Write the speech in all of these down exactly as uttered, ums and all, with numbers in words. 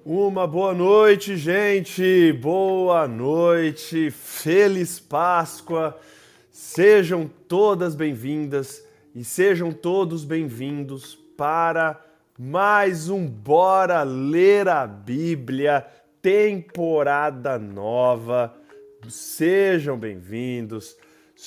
Uma boa noite, gente! Boa noite! Feliz Páscoa! Sejam todas bem-vindas e sejam todos bem-vindos para mais um Bora Ler a Bíblia, temporada nova. Sejam bem-vindos.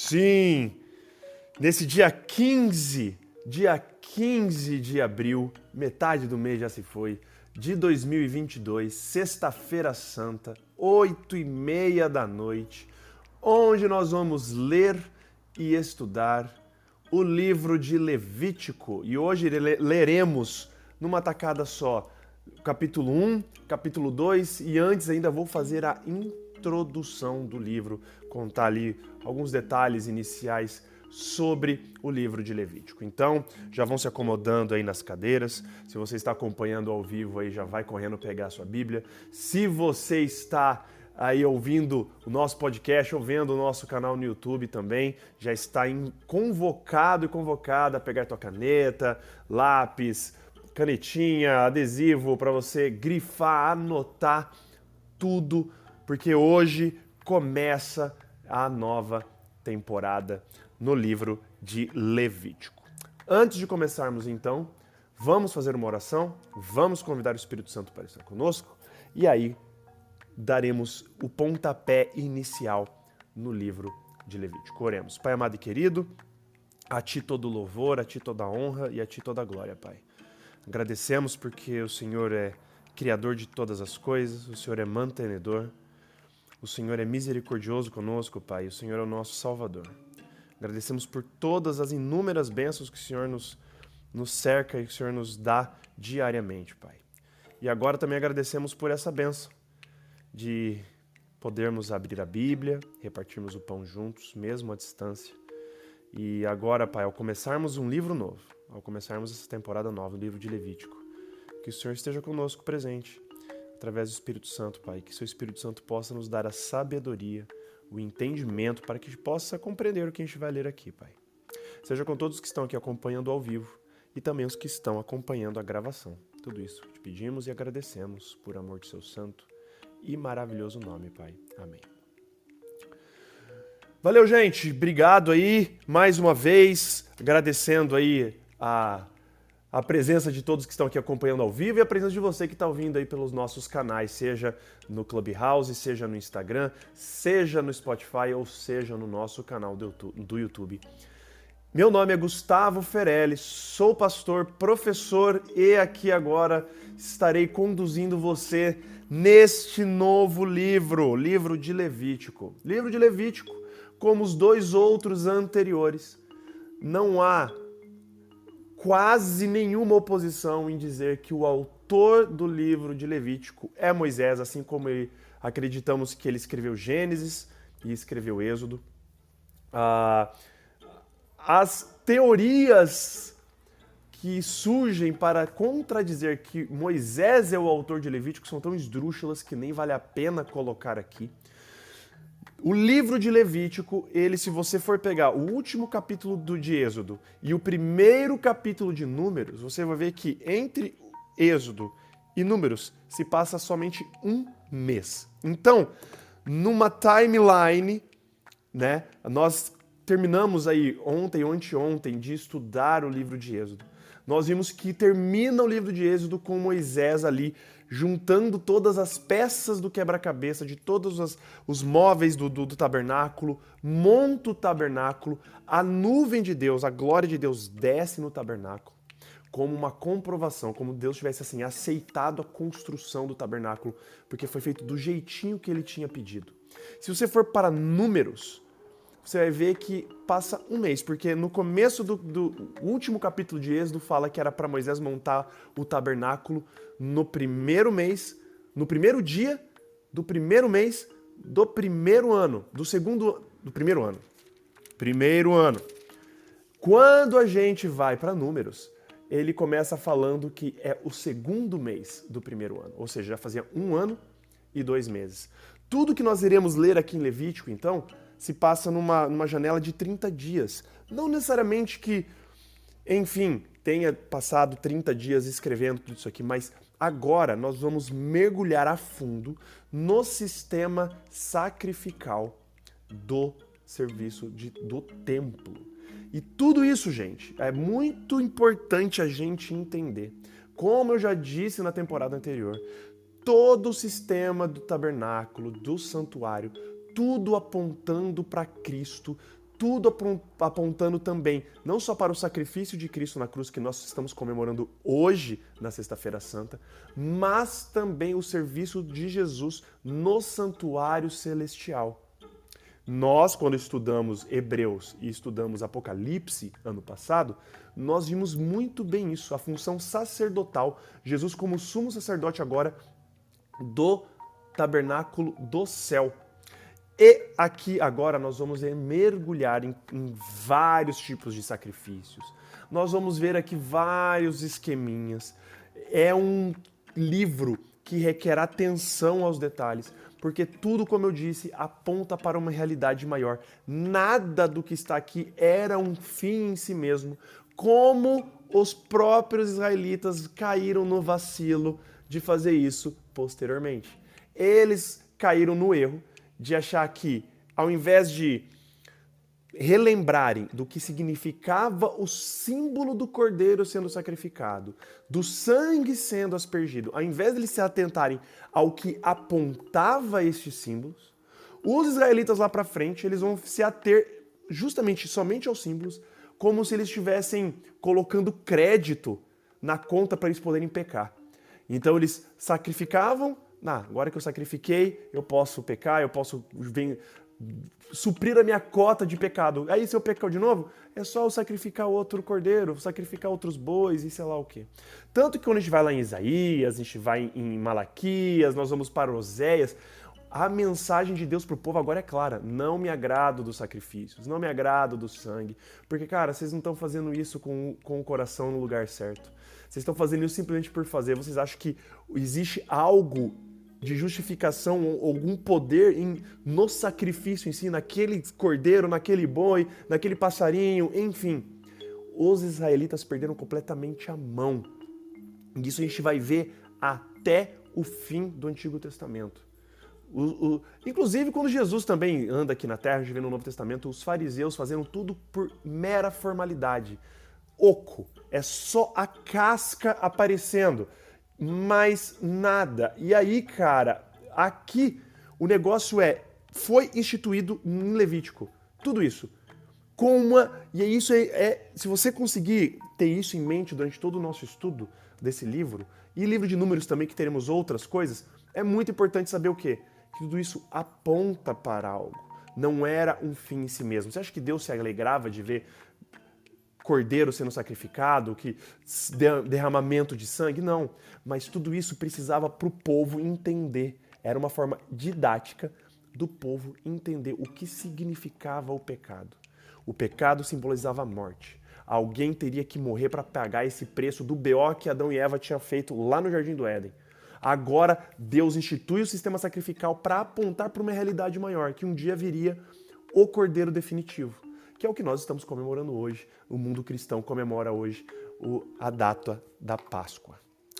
Sim, nesse dia quinze, dia quinze de abril, metade do mês já se foi, de dois mil e vinte e dois, sexta-feira santa, oito e meia da noite, onde nós vamos ler e estudar o livro de Levítico. E hoje leremos numa tacada só capítulo um, capítulo dois, e antes ainda vou fazer a introdução do livro, contar ali alguns detalhes iniciais sobre o livro de Levítico. Então, já vão se acomodando aí nas cadeiras. Se você está acompanhando ao vivo aí, já vai correndo pegar a sua Bíblia. Se você está aí ouvindo o nosso podcast ou vendo o nosso canal no YouTube também, já está convocado e convocada a pegar tua caneta, lápis, canetinha, adesivo para você grifar, anotar tudo, porque hoje começa a nova temporada no livro de Levítico. Antes de começarmos, então, vamos fazer uma oração, vamos convidar o Espírito Santo para estar conosco e aí daremos o pontapé inicial no livro de Levítico. Oremos. Pai amado e querido, a Ti todo louvor, a Ti toda honra e a Ti toda glória, Pai. Agradecemos porque o Senhor é Criador de todas as coisas, o Senhor é mantenedor, o Senhor é misericordioso conosco, Pai, o Senhor é o nosso Salvador. Agradecemos por todas as inúmeras bênçãos que o Senhor nos, nos cerca e que o Senhor nos dá diariamente, Pai. E agora também agradecemos por essa bênção de podermos abrir a Bíblia, repartirmos o pão juntos, mesmo à distância. E agora, Pai, ao começarmos um livro novo, ao começarmos essa temporada nova, o livro de Levítico, que o Senhor esteja conosco presente, através do Espírito Santo, Pai, que seu Espírito Santo possa nos dar a sabedoria, o entendimento para que a gente possa compreender o que a gente vai ler aqui, Pai. Seja com todos que estão aqui acompanhando ao vivo e também os que estão acompanhando a gravação. Tudo isso te pedimos e agradecemos por amor de seu santo e maravilhoso nome, Pai. Amém. Valeu, gente. Obrigado aí mais uma vez, agradecendo aí a a presença de todos que estão aqui acompanhando ao vivo e a presença de você que está ouvindo aí pelos nossos canais, seja no Clubhouse, seja no Instagram, seja no Spotify ou seja no nosso canal do YouTube. Meu nome é Gustavo Ferelli, sou pastor, professor e aqui agora estarei conduzindo você neste novo livro, livro de Levítico. Livro de Levítico, como os dois outros anteriores, não há quase nenhuma oposição em dizer que o autor do livro de Levítico é Moisés, assim como ele, acreditamos que ele escreveu Gênesis e escreveu Êxodo. Ah, as teorias que surgem para contradizer que Moisés é o autor de Levítico são tão esdrúxulas que nem vale a pena colocar aqui. O livro de Levítico, ele, se você for pegar o último capítulo do, de Êxodo e o primeiro capítulo de Números, você vai ver que entre Êxodo e Números se passa somente um mês. Então, numa timeline, né, nós terminamos aí ontem ou anteontem de estudar o livro de Êxodo. Nós vimos que termina o livro de Êxodo com Moisés ali, juntando todas as peças do quebra-cabeça, de todos os, os móveis do, do, do tabernáculo, monta o tabernáculo, a nuvem de Deus, a glória de Deus desce no tabernáculo, como uma comprovação, como Deus tivesse assim aceitado a construção do tabernáculo, porque foi feito do jeitinho que ele tinha pedido. Se você for para Números, você vai ver que passa um mês, porque no começo do, do último capítulo de Êxodo fala que era para Moisés montar o tabernáculo no primeiro mês, no primeiro dia do primeiro mês do primeiro ano, do segundo, do primeiro ano. Primeiro ano. Quando a gente vai para Números, ele começa falando que é o segundo mês do primeiro ano, ou seja, já fazia um ano e dois meses. Tudo que nós iremos ler aqui em Levítico, então, se passa numa, numa janela de trinta dias. Não necessariamente que Enfim, tenha passado trinta dias escrevendo tudo isso aqui, mas agora nós vamos mergulhar a fundo no sistema sacrificial do serviço de, do templo. E tudo isso, gente, é muito importante a gente entender. Como eu já disse na temporada anterior, todo o sistema do tabernáculo, do santuário, tudo apontando para Cristo, tudo apontando também, não só para o sacrifício de Cristo na cruz, que nós estamos comemorando hoje, na Sexta-feira Santa, mas também o serviço de Jesus no santuário celestial. Nós, quando estudamos Hebreus e estudamos Apocalipse ano passado, nós vimos muito bem isso, a função sacerdotal, Jesus como sumo sacerdote agora do tabernáculo do céu. E aqui agora nós vamos mergulhar em, em vários tipos de sacrifícios. Nós vamos ver aqui vários esqueminhas. É um livro que requer atenção aos detalhes, porque tudo, como eu disse, aponta para uma realidade maior. Nada do que está aqui era um fim em si mesmo, como os próprios israelitas caíram no vacilo de fazer isso posteriormente. Eles caíram no erro de achar que, ao invés de relembrarem do que significava o símbolo do cordeiro sendo sacrificado, do sangue sendo aspergido, ao invés de eles se atentarem ao que apontava estes símbolos, os israelitas lá para frente, eles vão se ater justamente somente aos símbolos, como se eles estivessem colocando crédito na conta para eles poderem pecar. Então eles sacrificavam, ah, agora que eu sacrifiquei, eu posso pecar, eu posso vem, suprir a minha cota de pecado. Aí se eu pecar de novo, é só eu sacrificar outro cordeiro, sacrificar outros bois e sei lá o quê. Tanto que quando a gente vai lá em Isaías, a gente vai em Malaquias, nós vamos para Oséias, a mensagem de Deus para o povo agora é clara: não me agrado dos sacrifícios, não me agrado do sangue, porque, cara, vocês não estão fazendo isso com, com o coração no lugar certo. Vocês estão fazendo isso simplesmente por fazer. Vocês acham que existe algo de justificação, algum poder em, no sacrifício em si, naquele cordeiro, naquele boi, naquele passarinho, enfim. Os israelitas perderam completamente a mão. Isso a gente vai ver até o fim do Antigo Testamento. O, o, inclusive, quando Jesus também anda aqui na Terra, a gente vê no Novo Testamento, os fariseus fazendo tudo por mera formalidade. Oco, é só a casca aparecendo, mais nada. E aí, cara, aqui o negócio é, foi instituído em Levítico, tudo isso. Com uma, e isso é, é, se você conseguir ter isso em mente durante todo o nosso estudo desse livro, e livro de números também, que teremos outras coisas, é muito importante saber o quê? Que tudo isso aponta para algo. Não era um fim em si mesmo. Você acha que Deus se alegrava de ver cordeiro sendo sacrificado, que derramamento de sangue? Não. Mas tudo isso precisava para o povo entender. Era uma forma didática do povo entender o que significava o pecado. O pecado simbolizava a morte. Alguém teria que morrer para pagar esse preço do B O que Adão e Eva tinham feito lá no Jardim do Éden. Agora, Deus institui o sistema sacrificial para apontar para uma realidade maior, que um dia viria o Cordeiro definitivo, que é o que nós estamos comemorando hoje. O mundo cristão comemora hoje o, a data da Páscoa.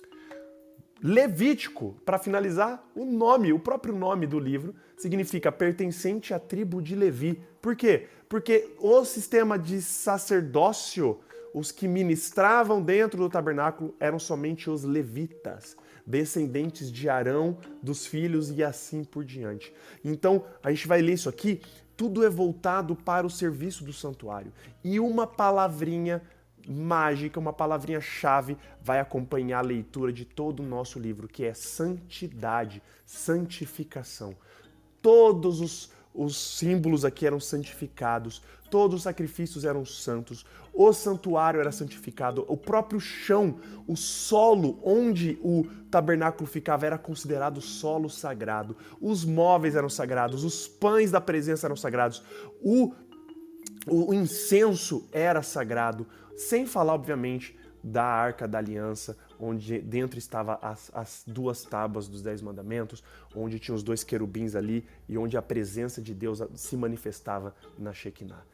Levítico, para finalizar, o nome, o próprio nome do livro, significa pertencente à tribo de Levi. Por quê? Porque o sistema de sacerdócio, os que ministravam dentro do tabernáculo, eram somente os levitas, descendentes de Arão, dos filhos e assim por diante. Então, a gente vai ler isso aqui, tudo é voltado para o serviço do santuário. E uma palavrinha mágica, uma palavrinha-chave vai acompanhar a leitura de todo o nosso livro, que é santidade, santificação. Todos os, os símbolos aqui eram santificados, todos os sacrifícios eram santos, o santuário era santificado, o próprio chão, o solo onde o tabernáculo ficava era considerado solo sagrado, os móveis eram sagrados, os pães da presença eram sagrados, o, o incenso era sagrado, sem falar, obviamente, da Arca da Aliança, onde dentro estava as, as duas tábuas dos Dez Mandamentos, onde tinha os dois querubins ali e onde a presença de Deus se manifestava na Shekinah.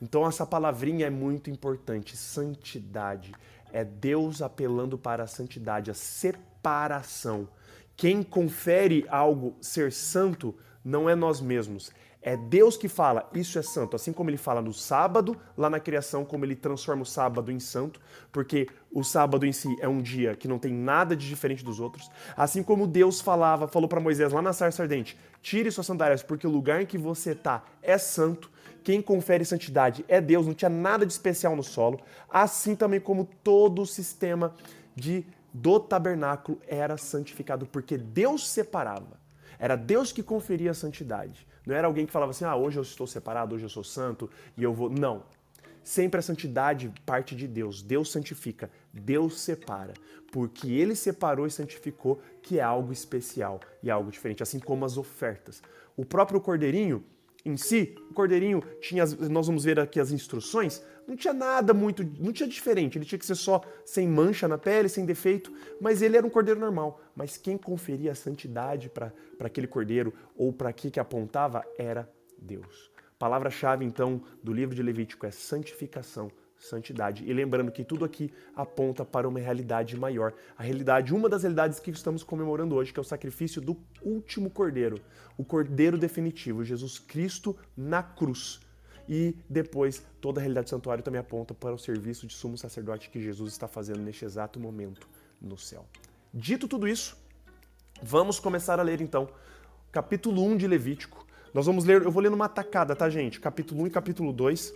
Então essa palavrinha é muito importante, santidade. É Deus apelando para a santidade, a separação. Quem confere algo ser santo não é nós mesmos. É Deus que fala, isso é santo. Assim como ele fala no sábado, lá na criação, como ele transforma o sábado em santo, porque o sábado em si é um dia que não tem nada de diferente dos outros. Assim como Deus falava, falou para Moisés lá na sarça ardente, tire suas sandálias, porque o lugar em que você está é santo. Quem confere santidade é Deus, não tinha nada de especial no solo. Assim também como todo o sistema de, do tabernáculo era santificado, porque Deus separava. Era Deus que conferia a santidade. Não era alguém que falava assim, ah, hoje eu estou separado, hoje eu sou santo e eu vou... Não. Sempre a santidade parte de Deus. Deus santifica, Deus separa. Porque Ele separou e santificou, que é algo especial e algo diferente. Assim como as ofertas. O próprio cordeirinho em si, o cordeirinho tinha, nós vamos ver aqui as instruções, não tinha nada muito, não tinha diferente, ele tinha que ser só sem mancha na pele, sem defeito, mas ele era um cordeiro normal. Mas quem conferia a santidade para aquele cordeiro, ou para que que apontava, era Deus. Palavra-chave, então, do livro de Levítico é santificação, santidade. E lembrando que tudo aqui aponta para uma realidade maior. A realidade, uma das realidades que estamos comemorando hoje, que é o sacrifício do último cordeiro, o cordeiro definitivo, Jesus Cristo na cruz. E depois, toda a realidade do santuário também aponta para o serviço de sumo sacerdote que Jesus está fazendo neste exato momento no céu. Dito tudo isso, vamos começar a ler então capítulo um de Levítico. Nós vamos ler, eu vou ler numa tacada, tá, gente? Capítulo um e capítulo dois,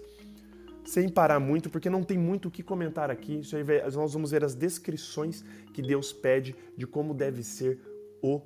sem parar muito, porque não tem muito o que comentar aqui. Isso aí, nós vamos ver as descrições que Deus pede de como deve ser o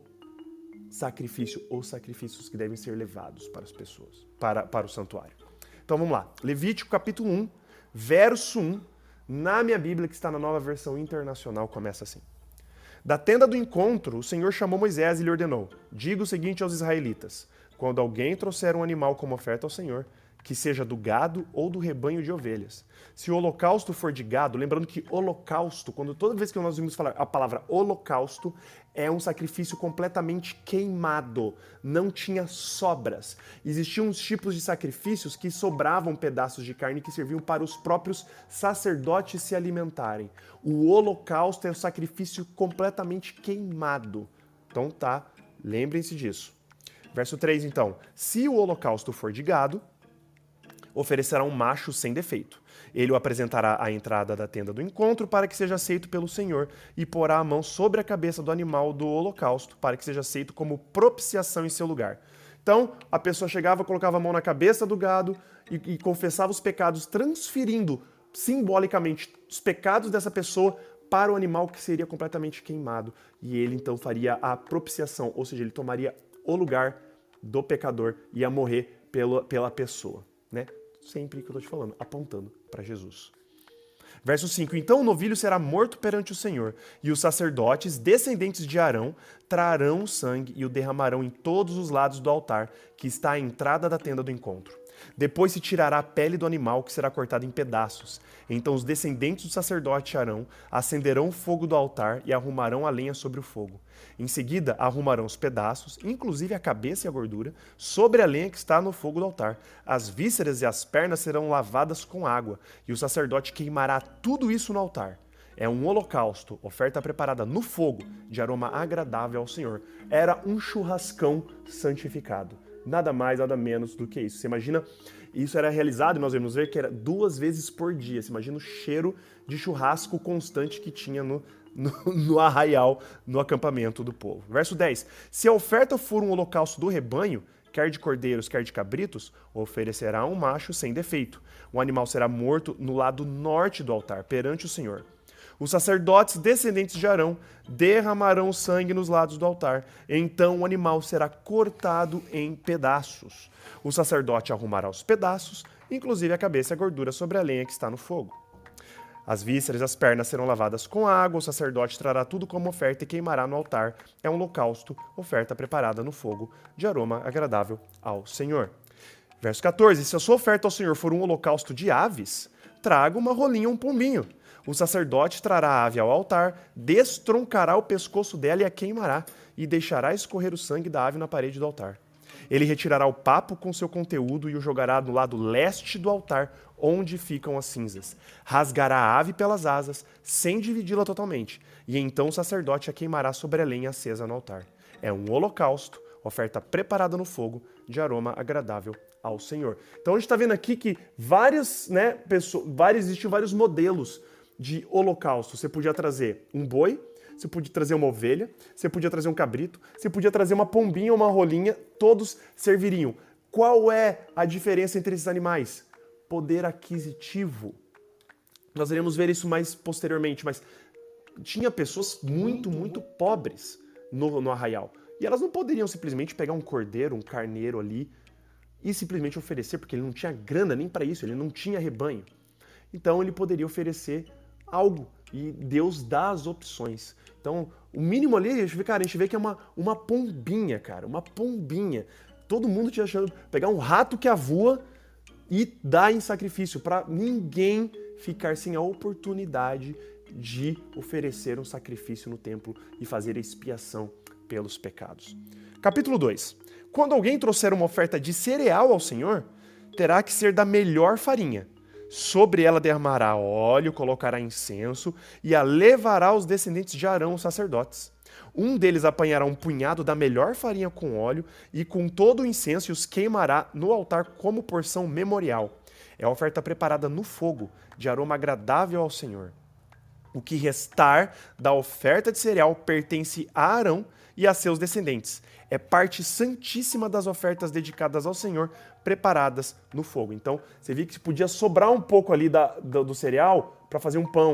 sacrifício, os sacrifícios que devem ser levados para as pessoas, para, para o santuário. Então vamos lá. Levítico capítulo um, verso um, na minha Bíblia, que está na Nova Versão Internacional, começa assim. Da tenda do encontro, o Senhor chamou Moisés e lhe ordenou: diga o seguinte aos israelitas: quando alguém trouxer um animal como oferta ao Senhor, que seja do gado ou do rebanho de ovelhas. Se o holocausto for de gado, lembrando que holocausto, quando toda vez que nós ouvimos falar a palavra holocausto, é um sacrifício completamente queimado, não tinha sobras. Existiam uns tipos de sacrifícios que sobravam pedaços de carne que serviam para os próprios sacerdotes se alimentarem. O holocausto é um sacrifício completamente queimado. Então tá, lembrem-se disso. Verso três, então. Se o holocausto for de gado, oferecerá um macho sem defeito. Ele o apresentará à entrada da tenda do encontro para que seja aceito pelo Senhor e porá a mão sobre a cabeça do animal do holocausto para que seja aceito como propiciação em seu lugar. Então, a pessoa chegava, colocava a mão na cabeça do gado e, e confessava os pecados, transferindo simbolicamente os pecados dessa pessoa para o animal que seria completamente queimado. E ele então faria a propiciação, ou seja, ele tomaria o lugar do pecador e ia morrer pela, pela pessoa, né? Sempre que eu estou te falando, apontando para Jesus. Verso cinco. Então o novilho será morto perante o Senhor, e os sacerdotes, descendentes de Arão, trarão o sangue e o derramarão em todos os lados do altar, que está à entrada da tenda do encontro. Depois se tirará a pele do animal, que será cortada em pedaços. Então os descendentes do sacerdote Arão acenderão o fogo do altar e arrumarão a lenha sobre o fogo. Em seguida, arrumarão os pedaços, inclusive a cabeça e a gordura, sobre a lenha que está no fogo do altar. As vísceras e as pernas serão lavadas com água, e o sacerdote queimará tudo isso no altar. É um holocausto, oferta preparada no fogo, de aroma agradável ao Senhor. Era um churrascão santificado. Nada mais, nada menos do que isso. Você imagina, isso era realizado, e nós vamos ver que era duas vezes por dia. Você imagina o cheiro de churrasco constante que tinha no, no, no arraial, no acampamento do povo. Verso dez. Se a oferta for um holocausto do rebanho, quer de cordeiros, quer de cabritos, oferecerá um macho sem defeito. O animal será morto no lado norte do altar, perante o Senhor. Os sacerdotes descendentes de Arão derramarão o sangue nos lados do altar. Então o animal será cortado em pedaços. O sacerdote arrumará os pedaços, inclusive a cabeça e a gordura sobre a lenha que está no fogo. As vísceras e as pernas serão lavadas com água. O sacerdote trará tudo como oferta e queimará no altar. É um holocausto, oferta preparada no fogo, de aroma agradável ao Senhor. Verso quatorze. Se a sua oferta ao Senhor for um holocausto de aves, traga uma rolinha ou um pombinho. O sacerdote trará a ave ao altar, destroncará o pescoço dela e a queimará, e deixará escorrer o sangue da ave na parede do altar. Ele retirará o papo com seu conteúdo e o jogará do lado leste do altar, onde ficam as cinzas. Rasgará a ave pelas asas, sem dividi-la totalmente, e então o sacerdote a queimará sobre a lenha acesa no altar. É um holocausto, oferta preparada no fogo, de aroma agradável ao Senhor. Então a gente está vendo aqui que várias, né, pessoas, vários, existem vários modelos de holocausto. Você podia trazer um boi, você podia trazer uma ovelha, você podia trazer um cabrito, você podia trazer uma pombinha ou uma rolinha, todos serviriam. Qual é a diferença entre esses animais? Poder aquisitivo. Nós iremos ver isso mais posteriormente, mas tinha pessoas muito, muito pobres no, no arraial. E elas não poderiam simplesmente pegar um cordeiro, um carneiro ali e simplesmente oferecer, porque ele não tinha grana nem para isso, ele não tinha rebanho. Então ele poderia oferecer algo e Deus dá as opções. Então o mínimo ali, a gente vê, cara, a gente vê que é uma, uma pombinha, cara, uma pombinha. Todo mundo tinha achando pegar um rato que avua e dar em sacrifício, para ninguém ficar sem a oportunidade de oferecer um sacrifício no templo e fazer a expiação pelos pecados. Capítulo dois. Quando alguém trouxer uma oferta de cereal ao Senhor, terá que ser da melhor farinha. Sobre ela derramará óleo, colocará incenso e a levará aos descendentes de Arão, os sacerdotes. Um deles apanhará um punhado da melhor farinha com óleo e com todo o incenso e os queimará no altar como porção memorial. É a oferta preparada no fogo, de aroma agradável ao Senhor. O que restar da oferta de cereal pertence a Arão e a seus descendentes. É parte santíssima das ofertas dedicadas ao Senhor, preparadas no fogo. Então, você viu que podia sobrar um pouco ali da, do, do cereal para fazer um pão.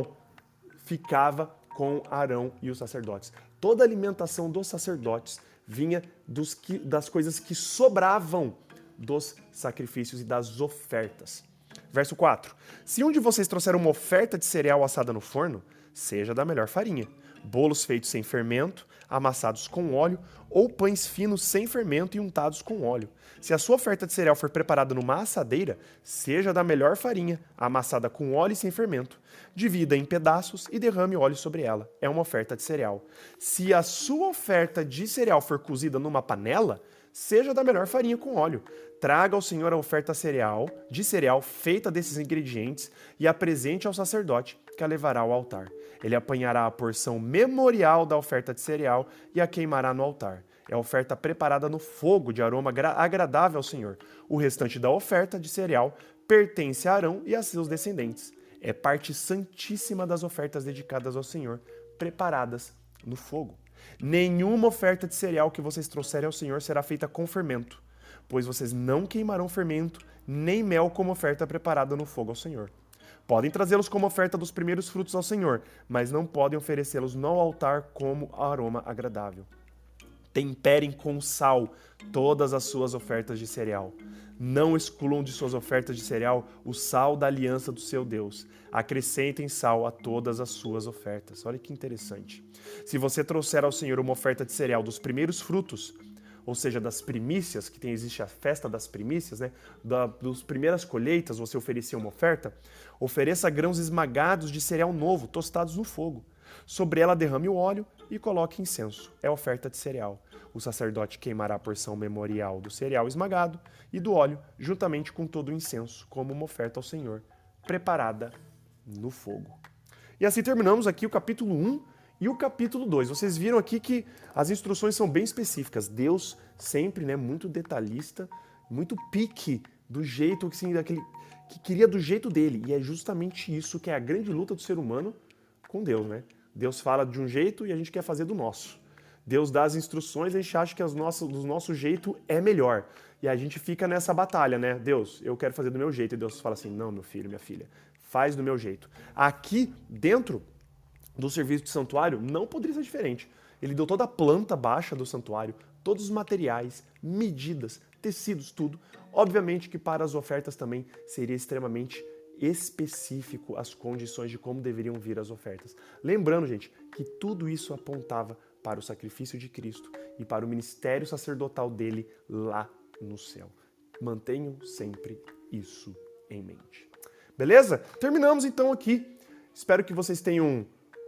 Ficava com Arão e os sacerdotes. Toda a alimentação dos sacerdotes vinha dos que, das coisas que sobravam dos sacrifícios e das ofertas. Verso quatro. Se um de vocês trouxer uma oferta de cereal assada no forno, seja da melhor farinha. Bolos feitos sem fermento, amassados com óleo, ou pães finos sem fermento e untados com óleo. Se a sua oferta de cereal for preparada numa assadeira, seja da melhor farinha, amassada com óleo e sem fermento. Divida em pedaços e derrame óleo sobre ela. É uma oferta de cereal. Se a sua oferta de cereal for cozida numa panela, seja da melhor farinha com óleo. Traga ao Senhor a oferta cereal, de cereal feita desses ingredientes e apresente ao sacerdote, que a levará ao altar. Ele apanhará a porção memorial da oferta de cereal e a queimará no altar. É a oferta preparada no fogo, de aroma agradável ao Senhor. O restante da oferta de cereal pertence a Arão e a seus descendentes. É parte santíssima das ofertas dedicadas ao Senhor, preparadas no fogo. Nenhuma oferta de cereal que vocês trouxerem ao Senhor será feita com fermento, pois vocês não queimarão fermento, nem mel como oferta preparada no fogo ao Senhor. Podem trazê-los como oferta dos primeiros frutos ao Senhor, mas não podem oferecê-los no altar como aroma agradável. Temperem com sal todas as suas ofertas de cereal. Não excluam de suas ofertas de cereal o sal da aliança do seu Deus. Acrescentem sal a todas as suas ofertas. Olha que interessante. Se você trouxer ao Senhor uma oferta de cereal dos primeiros frutos, ou seja, das primícias, que tem, existe a festa das primícias, né? Da, das primeiras colheitas, você oferecia uma oferta, ofereça grãos esmagados de cereal novo, tostados no fogo. Sobre ela derrame o óleo e coloque incenso. É a oferta de cereal. O sacerdote queimará a porção memorial do cereal esmagado e do óleo, juntamente com todo o incenso, como uma oferta ao Senhor, preparada no fogo. E assim terminamos aqui o capítulo um e o capítulo dois. Vocês viram aqui que as instruções são bem específicas. Deus sempre, né, muito detalhista, muito pique do jeito assim, daquele, que queria do jeito dele. E é justamente isso que é a grande luta do ser humano com Deus, né? Deus fala de um jeito e a gente quer fazer do nosso. Deus dá as instruções e a gente acha que as nossas, do nosso jeito é melhor. E a gente fica nessa batalha, né? Deus, eu quero fazer do meu jeito. E Deus fala assim, não, meu filho, minha filha, faz do meu jeito. Aqui dentro do serviço de santuário não poderia ser diferente. Ele deu toda a planta baixa do santuário, todos os materiais, medidas, tecidos, tudo. Obviamente que para as ofertas também seria extremamente específico as condições de como deveriam vir as ofertas. Lembrando, gente, que tudo isso apontava para o sacrifício de Cristo e para o ministério sacerdotal dele lá no céu. Mantenham sempre isso em mente. Beleza? Terminamos então aqui. Espero que vocês tenham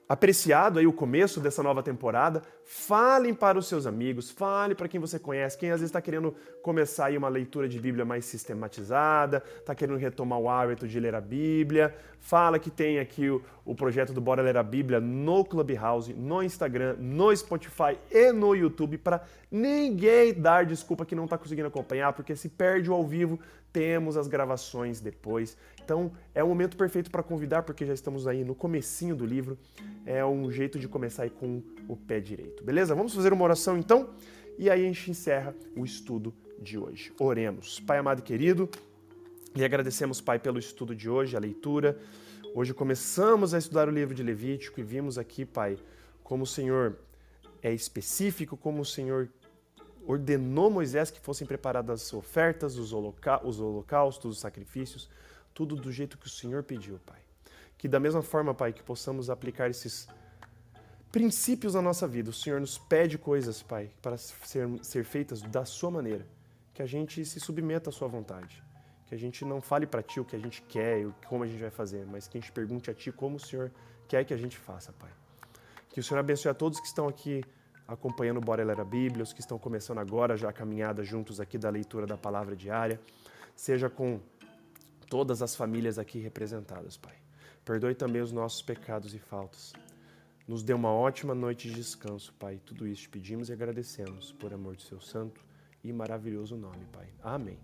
apreciado aí o começo dessa nova temporada, falem para os seus amigos, fale para quem você conhece, quem às vezes está querendo começar aí uma leitura de Bíblia mais sistematizada, está querendo retomar o hábito de ler a Bíblia, fala que tem aqui o, o projeto do Bora Ler a Bíblia no Clubhouse, no Instagram, no Spotify e no YouTube, para ninguém dar desculpa que não está conseguindo acompanhar, porque se perde o ao vivo, temos as gravações depois. Então é o momento perfeito para convidar, porque já estamos aí no comecinho do livro. É um jeito de começar aí com o pé direito, beleza? Vamos fazer uma oração então? E aí a gente encerra o estudo de hoje. Oremos. Pai amado e querido, lhe agradecemos, Pai, pelo estudo de hoje, a leitura. Hoje começamos a estudar o livro de Levítico e vimos aqui, Pai, como o Senhor é específico, como o Senhor ordenou Moisés que fossem preparadas as ofertas, os, holoca- os holocaustos, os sacrifícios, tudo do jeito que o Senhor pediu, Pai. Que da mesma forma, Pai, que possamos aplicar esses princípios na nossa vida. O Senhor nos pede coisas, Pai, para ser, ser feitas da sua maneira. Que a gente se submeta à sua vontade. Que a gente não fale para Ti o que a gente quer e como a gente vai fazer, mas que a gente pergunte a Ti como o Senhor quer que a gente faça, Pai. Que o Senhor abençoe a todos que estão aqui acompanhando o Bora Ler a Bíblia, os que estão começando agora já a caminhada juntos aqui da leitura da palavra diária. Seja com todas as famílias aqui representadas, Pai. Perdoe também os nossos pecados e faltas. Nos dê uma ótima noite de descanso, Pai. Tudo isso te pedimos e agradecemos por amor do seu santo e maravilhoso nome, Pai. Amém.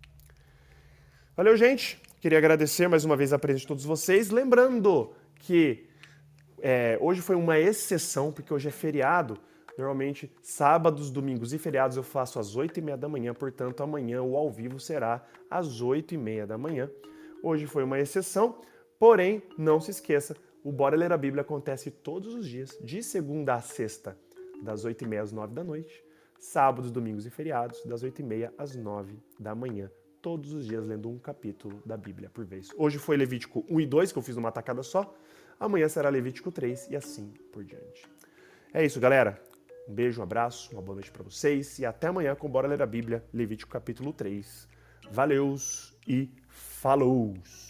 Valeu, gente. Queria agradecer mais uma vez a presença de todos vocês. Lembrando que é, hoje foi uma exceção, porque hoje é feriado. Normalmente, sábados, domingos e feriados eu faço às oito e meia da manhã, portanto, amanhã o ao vivo será às oito e meia da manhã. Hoje foi uma exceção, porém, não se esqueça, o Bora Ler a Bíblia acontece todos os dias, de segunda a sexta, das oito e meia às nove da noite, sábados, domingos e feriados, das oito e meia às nove da manhã, todos os dias lendo um capítulo da Bíblia por vez. Hoje foi Levítico um e dois, que eu fiz numa tacada só, amanhã será Levítico três e assim por diante. É isso, galera. Um beijo, um abraço, uma boa noite para vocês e até amanhã com Bora Ler a Bíblia, Levítico capítulo três. Valeus e falou!